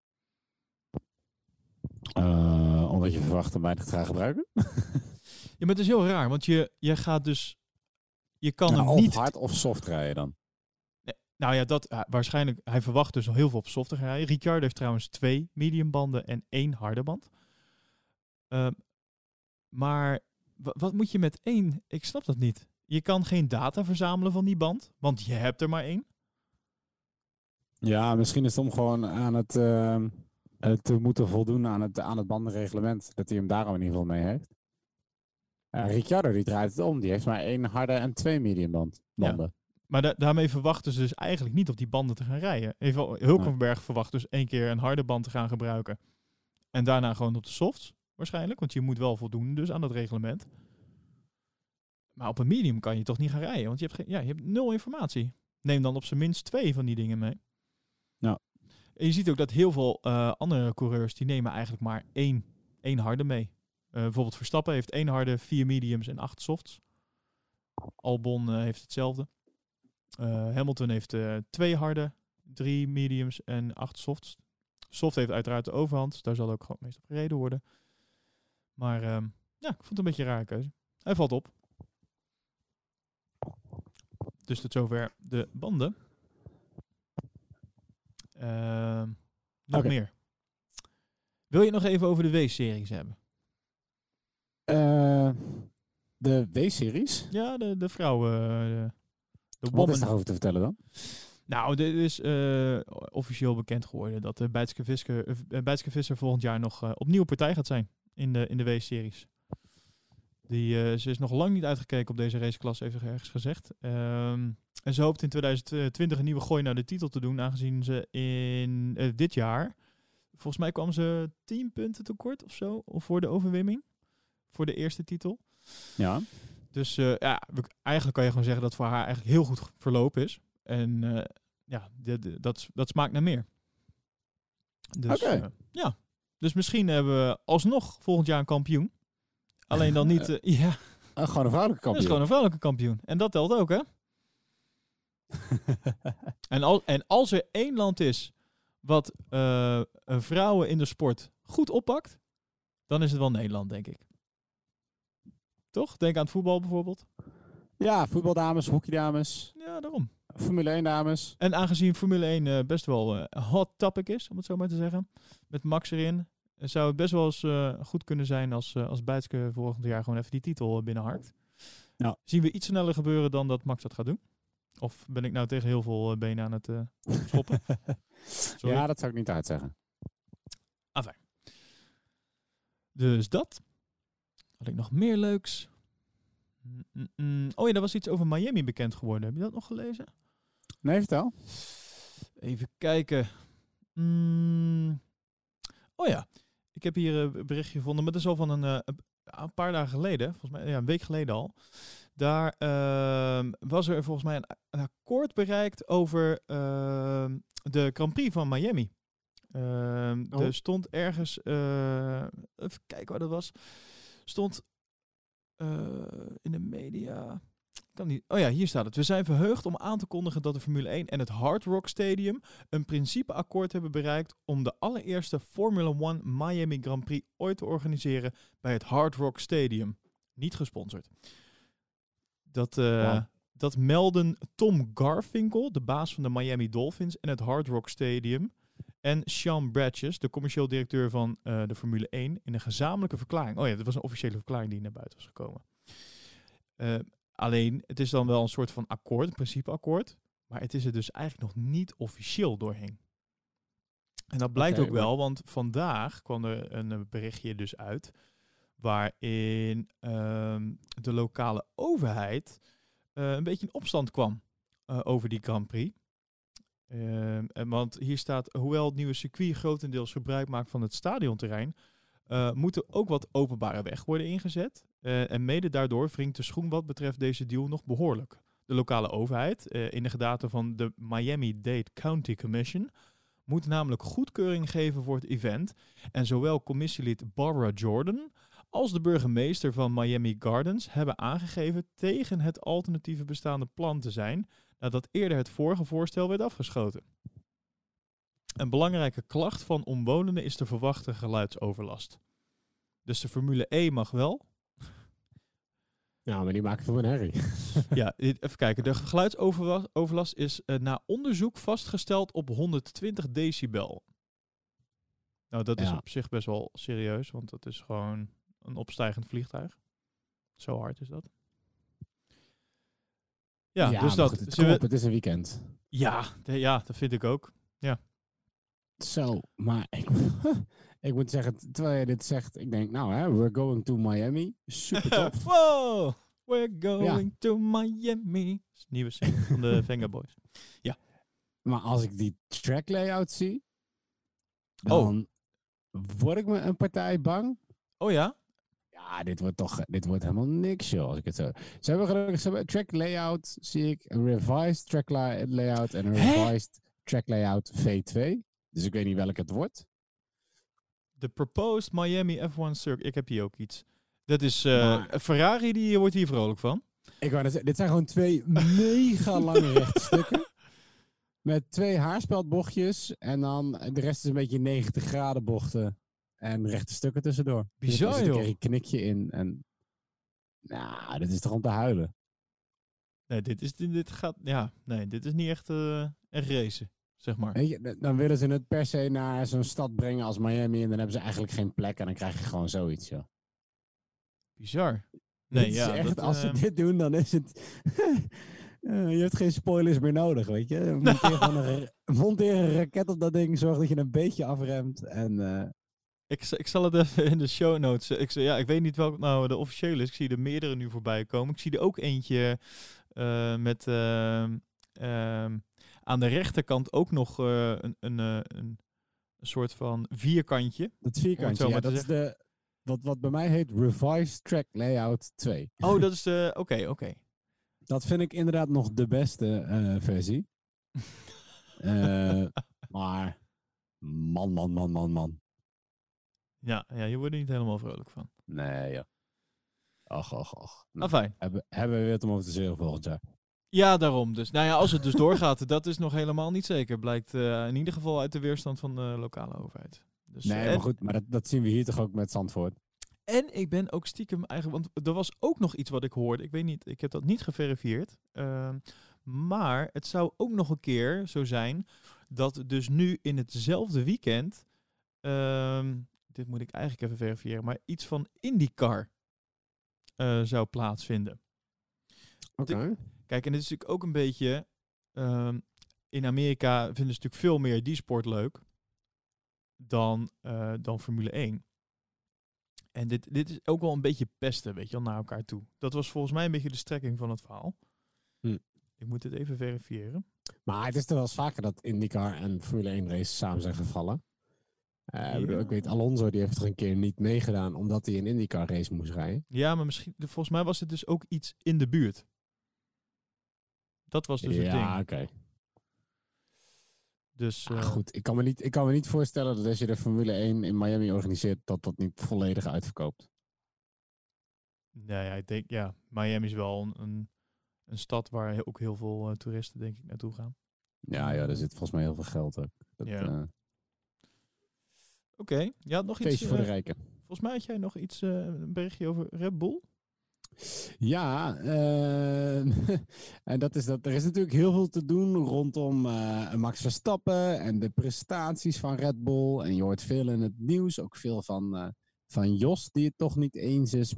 Omdat je verwacht hem weinig te gaan gebruiken. Ja, maar het is heel raar, want je gaat dus... Je kan hem of niet... hard of soft rijden dan. Nee, nou ja, waarschijnlijk... Hij verwacht dus al heel veel op soft te gaan rijden. Ricciardo heeft trouwens 2 medium banden en 1 harde band. Maar wat moet je met 1? Ik snap dat niet. Je kan geen data verzamelen van die band, want je hebt er maar 1. Ja, misschien is het om gewoon aan het te moeten voldoen aan het bandenreglement. Dat hij hem daarom in ieder geval mee heeft. Ricciardo die draait het om. Die heeft maar 1 harde en 2 medium banden. Ja. Maar daarmee verwachten ze dus eigenlijk niet op die banden te gaan rijden. Hulkenberg verwacht dus 1 keer een harde band te gaan gebruiken. En daarna gewoon op de softs waarschijnlijk. Want je moet wel voldoen dus aan dat reglement. Maar op een medium kan je toch niet gaan rijden. Want je hebt 0 informatie. Neem dan op zijn minst 2 van die dingen mee. Ja. En je ziet ook dat heel veel andere coureurs, die nemen eigenlijk maar 1 harde mee. Bijvoorbeeld Verstappen heeft 1 harde, 4 mediums en 8 softs. Albon heeft hetzelfde. Hamilton heeft 2 harde, 3 mediums en 8 softs. Soft heeft uiteraard de overhand. Daar zal ook gewoon meest op gereden worden. Maar ik vond het een beetje een rare keuze. Hij valt op. Dus tot zover de banden. Nog meer. Wil je het nog even over de W-series hebben? De W-series? Ja, de vrouwen. De Wat is daarover te vertellen dan? Nou, dit is officieel bekend geworden dat Bijtske Visser volgend jaar nog opnieuw partij gaat zijn in de W-series. Ze is nog lang niet uitgekeken op deze raceklasse, heeft ze ergens gezegd. En ze hoopt in 2020 een nieuwe gooi naar de titel te doen, aangezien ze in dit jaar, volgens mij kwam ze 10 punten tekort of zo, of voor de overwinning, voor de eerste titel. Ja. Dus eigenlijk kan je gewoon zeggen dat voor haar eigenlijk heel goed verlopen is. En dat smaakt naar meer. Dus, dus misschien hebben we alsnog volgend jaar een kampioen. Alleen dan niet... Gewoon een vrouwelijke kampioen. Dat is gewoon een vrouwelijke kampioen. En dat telt ook, hè? En als er 1 land is wat vrouwen in de sport goed oppakt, dan is het wel Nederland, denk ik. Toch? Denk aan het voetbal bijvoorbeeld. Ja, voetbaldames, hockeydames. Ja, daarom. Formule 1 dames. En aangezien Formule 1 best wel een hot topic is, om het zo maar te zeggen, met Max erin, zou het best wel eens goed kunnen zijn als Bijtske volgend jaar gewoon even die titel binnenharkt. Ja. Zien we iets sneller gebeuren dan dat Max dat gaat doen? Of ben ik nou tegen heel veel benen aan het schoppen? Ja, dat zou ik niet uitzeggen. Enfin. Dus dat. Had ik nog meer leuks? Oh ja, er was iets over Miami bekend geworden. Heb je dat nog gelezen? Nee, vertel. Even kijken. Oh ja, ik heb hier een berichtje gevonden, maar dat is al van een paar dagen geleden, volgens mij een week geleden al. Daar was er volgens mij een akkoord bereikt over de Grand Prix van Miami. Er stond ergens, even kijken waar dat was, stond in de media... Kan niet. Oh ja, hier staat het. We zijn verheugd om aan te kondigen dat de Formule 1 en het Hard Rock Stadium een principeakkoord hebben bereikt om de allereerste Formula 1 Miami Grand Prix ooit te organiseren bij het Hard Rock Stadium. Niet gesponsord. Dat melden Tom Garfinkel, de baas van de Miami Dolphins en het Hard Rock Stadium. en Sean Bratches, de commercieel directeur van de Formule 1, in een gezamenlijke verklaring. Oh ja, dat was een officiële verklaring die naar buiten was gekomen. Alleen, het is dan wel een soort van akkoord, een principeakkoord, maar het is er dus eigenlijk nog niet officieel doorheen. En dat blijkt ook wel, want vandaag kwam er een berichtje dus uit waarin de lokale overheid een beetje in opstand kwam over die Grand Prix. Want hier staat, hoewel het nieuwe circuit grotendeels gebruik maakt van het stadionterrein, moet er ook wat openbare weg worden ingezet. En mede daardoor wringt de schoen wat betreft deze deal nog behoorlijk. De lokale overheid, in de gedaante van de Miami-Dade County Commission, moet namelijk goedkeuring geven voor het event. En zowel commissielid Barbara Jordan als de burgemeester van Miami Gardens hebben aangegeven tegen het alternatieve bestaande plan te zijn, nadat eerder het vorige voorstel werd afgeschoten. Een belangrijke klacht van omwonenden is de verwachte geluidsoverlast. Dus de Formule E mag wel. Ja, maar die maken voor een herrie. Ja, even kijken. De geluidsoverlast is na onderzoek vastgesteld op 120 decibel. Nou, dat is op zich best wel serieus, want dat is gewoon een opstijgend vliegtuig. Zo hard is dat. Ja, dus dat. Goed, het is een weekend. Ja, dat vind ik ook. Ja. Zo, maar ik moet zeggen, terwijl je dit zegt, ik denk, nou hè, we're going to Miami. Super tof. Wow, we're going to Miami. Dat is een nieuwe single van de Venga Boys. Ja. Maar als ik die track layout zie, dan word ik me een partij bang. Oh ja? Ja, dit wordt helemaal niks, joh, als ik het zo... Ze hebben track layout, zie ik, een revised track layout en een revised track layout V2. Dus ik weet niet welke het wordt. De Proposed Miami F1 Circuit. Ik heb hier ook iets. Dat is Ferrari, die wordt hier vrolijk van. Ik wou net zeggen, dit zijn gewoon 2 mega lange rechte stukken. Met 2 haarspeldbochtjes. En dan de rest is een beetje 90 graden bochten. En rechte stukken tussendoor. Bizar, dus er joh. zit een knikje in. En dit is toch om te huilen. Nee, dit is niet echt een race, zeg maar. Weet je, dan willen ze het per se naar zo'n stad brengen als Miami. En dan hebben ze eigenlijk geen plek. En dan krijg je gewoon zoiets, joh. Bizar. Nee, ja, echt, als ze dit doen, dan is het... je hebt geen spoilers meer nodig, weet je. Monteer een raket op dat ding. Zorg dat je een beetje afremt. En... Ik zal het even in de show notes. Ik weet niet welke nou de officiële is. Ik zie er meerdere nu voorbij komen. Ik zie er ook eentje met aan de rechterkant ook nog een soort van vierkantje. Dat vierkantje, ja, dat is wat bij mij heet Revised Track Layout 2. Oh, dat is de... Oké. Dat vind ik inderdaad nog de beste versie. Maar man. Ja, je wordt er niet helemaal vrolijk van. Nee, ja. Och. Fijn. Hebben we weer het om over te zeuren volgend jaar? Ja, daarom. Dus, als het dus doorgaat, dat is nog helemaal niet zeker. Blijkt in ieder geval uit de weerstand van de lokale overheid. Dus, maar goed, maar dat zien we hier toch ook met Zandvoort. En ik ben ook stiekem eigenlijk, want er was ook nog iets wat ik hoorde. Ik weet niet, ik heb dat niet geverifieerd. Maar het zou ook nog een keer zo zijn dat dus nu in hetzelfde weekend, dit moet ik eigenlijk even verifiëren, maar iets van IndyCar zou plaatsvinden. Oké. Kijk, en dit is natuurlijk ook een beetje, in Amerika vinden ze natuurlijk veel meer die sport leuk dan Formule 1. En dit is ook wel een beetje pesten, weet je wel, naar elkaar toe. Dat was volgens mij een beetje de strekking van het verhaal. Ik moet dit even verifiëren. Maar het is er wel eens vaker dat IndyCar en Formule 1 races samen zijn gevallen. Ik weet, Alonso die heeft er een keer niet meegedaan omdat hij een IndyCar race moest rijden. Ja, maar volgens mij was het dus ook iets in de buurt. Dat was dus het ding. Ja, oké. Dus, goed, ik kan me niet voorstellen dat als je de Formule 1 in Miami organiseert, dat niet volledig uitverkoopt. Nee, ik denk, Miami is wel een stad waar ook heel veel toeristen, denk ik, naartoe gaan. Ja, daar zit volgens mij heel veel geld ook. Oké, ja, nog feestje iets. Voor de rijken. Volgens mij had jij nog iets, een berichtje over Red Bull? Ja, en dat is dat. Er is natuurlijk heel veel te doen rondom Max Verstappen en de prestaties van Red Bull. En je hoort veel in het nieuws, ook veel van Jos, die het toch niet eens is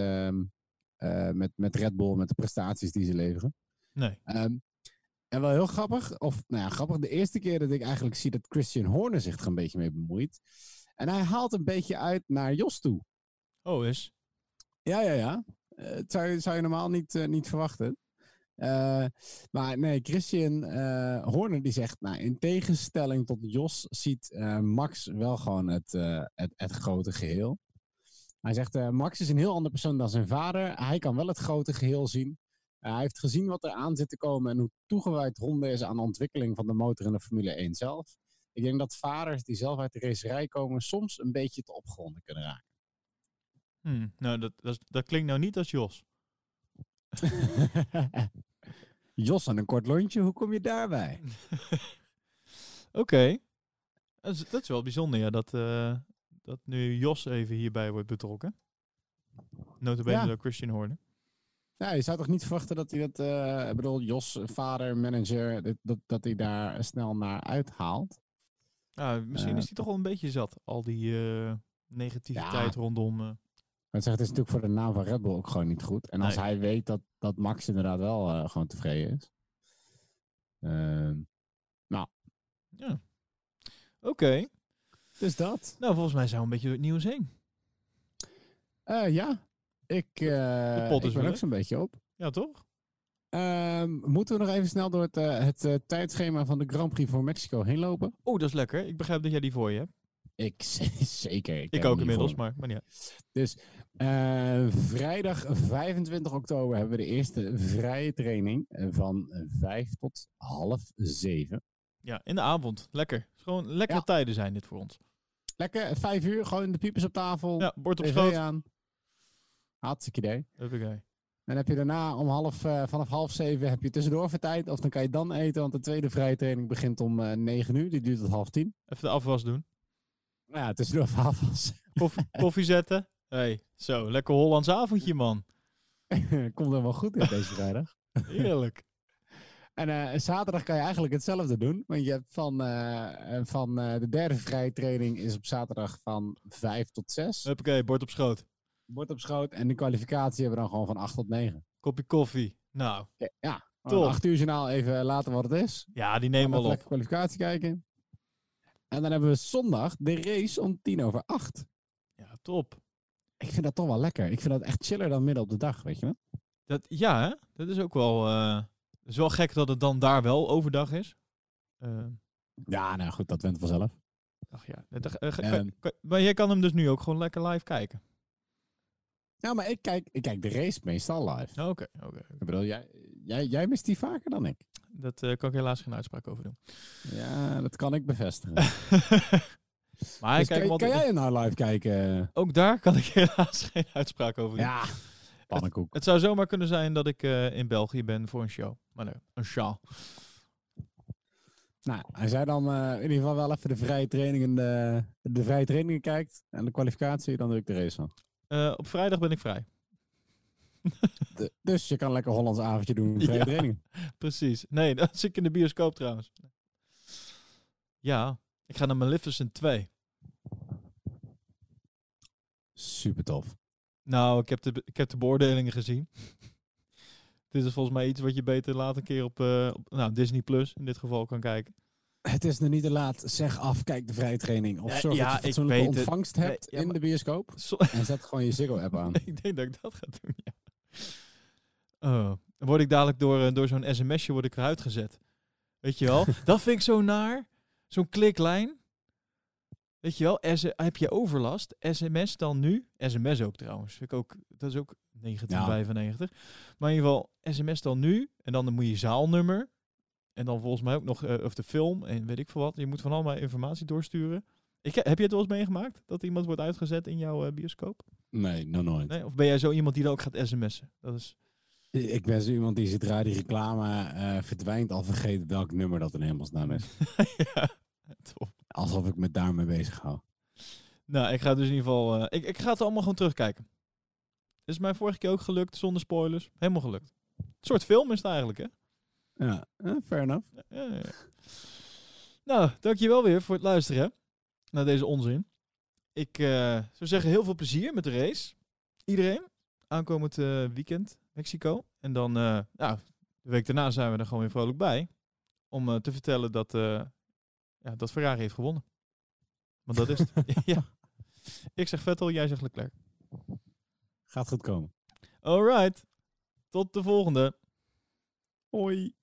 met Red Bull, met de prestaties die ze leveren. Nee. En wel heel grappig, grappig, de eerste keer dat ik eigenlijk zie dat Christian Horner zich er een beetje mee bemoeit. En hij haalt een beetje uit naar Jos toe. Oh, is? Ja. Het zou je normaal niet verwachten. Maar nee, Christian Horner die zegt, in tegenstelling tot Jos ziet Max wel gewoon het grote geheel. Hij zegt, Max is een heel ander persoon dan zijn vader. Hij kan wel het grote geheel zien. Hij heeft gezien wat er aan zit te komen en hoe toegewijd Honda is aan de ontwikkeling van de motor in de Formule 1 zelf. Ik denk dat vaders die zelf uit de racerij komen soms een beetje te opgewonden kunnen raken. Nou, dat klinkt nou niet als Jos. Jos aan een kort lontje, hoe kom je daarbij? Oké. Dat is wel bijzonder, ja, dat nu Jos even hierbij wordt betrokken. Nota bene door Christian Horner. Ja, je zou toch niet verwachten dat hij dat... ik bedoel, Jos, vader, manager, dat hij daar snel naar uithaalt. Misschien is hij toch wel een beetje zat. Al die negativiteit rondom... Het is natuurlijk voor de naam van Red Bull ook gewoon niet goed. En als hij weet dat Max inderdaad wel gewoon tevreden is. Ja. Oké. Dus dat. Nou, volgens mij zijn we een beetje door het nieuws heen. Ja. Ik ben ook zo'n beetje op. Ja, toch? Moeten we nog even snel door het tijdschema van de Grand Prix voor Mexico heen lopen? Oh, dat is lekker. Ik begrijp dat jij die voor je hebt. Zeker. Ik ook inmiddels, maar niet. Dus vrijdag 25 oktober hebben we de eerste vrije training van 5 tot half 7. Ja, in de avond. Lekker. Gewoon lekkere tijden zijn dit voor ons. Lekker, 5 uur, gewoon de piepers op tafel. Ja, bord op TV schoot. aan. Hartstikke idee. Huppakee. En heb je daarna vanaf half 7 heb je tussendoor voor tijd. Of dan kan je dan eten, want de tweede vrije training begint om 9 uur. Die duurt tot 9:30. Even de afwas doen. Ja, tussendoor voor afwas. Koffie zetten. Hey, zo, lekker Hollands avondje, man. Komt er wel goed in deze vrijdag. Heerlijk. En zaterdag kan je eigenlijk hetzelfde doen. Want je hebt van de derde vrije training is op zaterdag van 5 tot 6. Huppakee, bord op schoot. Bord op schoot. En de kwalificatie hebben we dan gewoon van 8 tot 9. Kopje koffie. Nou. Ja, top. 8 uur journaal even laten wat het is. Ja, die nemen we al op. Lekker kwalificatie kijken. En dan hebben we zondag de race om 7:50. Ja, top. Ik vind dat toch wel lekker. Ik vind dat echt chiller dan midden op de dag, weet je wel? Ja, hè? Dat is ook wel... Het is wel gek dat het dan daar wel overdag is. Ja, nou goed, dat went vanzelf. Ach ja. Maar jij kan hem dus nu ook gewoon lekker live kijken. Ja, maar ik kijk de race meestal live. Oké. Ik bedoel, jij mist die vaker dan ik. Dat kan ik helaas geen uitspraak over doen. Ja, dat kan ik bevestigen. Maar dus kan jij nou live kijken? Ook daar kan ik helaas geen uitspraak over doen. Ja, pannenkoek. Het zou zomaar kunnen zijn dat ik in België ben voor een show. Maar nee, een show. Nou, als jij dan in ieder geval wel even de vrije trainingen, de vrije trainingen kijkt en de kwalificatie, dan doe ik de race van. Op vrijdag ben ik vrij. Dus je kan lekker Hollands avondje doen, vrije trainingen. Precies. Nee, dat zit ik in de bioscoop trouwens. Ja, ik ga naar Maleficent 2. Super tof. Nou, ik heb de beoordelingen gezien. Dit is volgens mij iets wat je beter later een keer op Disney Plus in dit geval kan kijken. Het is nog niet te laat. Zeg af, kijk de vrije training. Of zorg dat je fatsoenlijke ontvangst hebt in de bioscoop. En zet gewoon je Ziggo-app aan. Ik denk dat ik dat ga doen, ja. Dan word ik dadelijk door zo'n sms'je eruit gezet. Weet je wel? Dat vind ik zo naar. Zo'n kliklijn. Weet je wel? Heb je overlast? SMS dan nu? SMS ook trouwens. Dat is ook 1995. Ja. Maar in ieder geval, SMS dan nu. En dan moet je zaalnummer. En dan volgens mij ook nog of de film. En weet ik veel wat. Je moet van allemaal informatie doorsturen. Heb je het wel eens meegemaakt? Dat iemand wordt uitgezet in jouw bioscoop? Nee, nog nooit. Nee? Of ben jij zo iemand die dan ook gaat sms'en? Dat is... Ik ben zo iemand die zodra die reclame verdwijnt al vergeet welk nummer dat in hemelsnaam is. Ja, top. Alsof ik me daarmee bezig hou. Nou, ik ga dus in ieder geval... Ik ga het allemaal gewoon terugkijken. Is mij vorige keer ook gelukt, zonder spoilers. Helemaal gelukt. Een soort film is het eigenlijk, hè? Ja, fair enough. Ja. Nou, dankjewel weer voor het luisteren naar deze onzin. Ik zou zeggen, heel veel plezier met de race. Iedereen. Aankomend weekend, Mexico. En dan, de week daarna zijn we er gewoon weer vrolijk bij. Om te vertellen dat Ferrari heeft gewonnen. Want dat is het. Ja. Ik zeg Vettel, jij zegt Leclerc. Gaat goed komen. Alright. Tot de volgende. Hoi.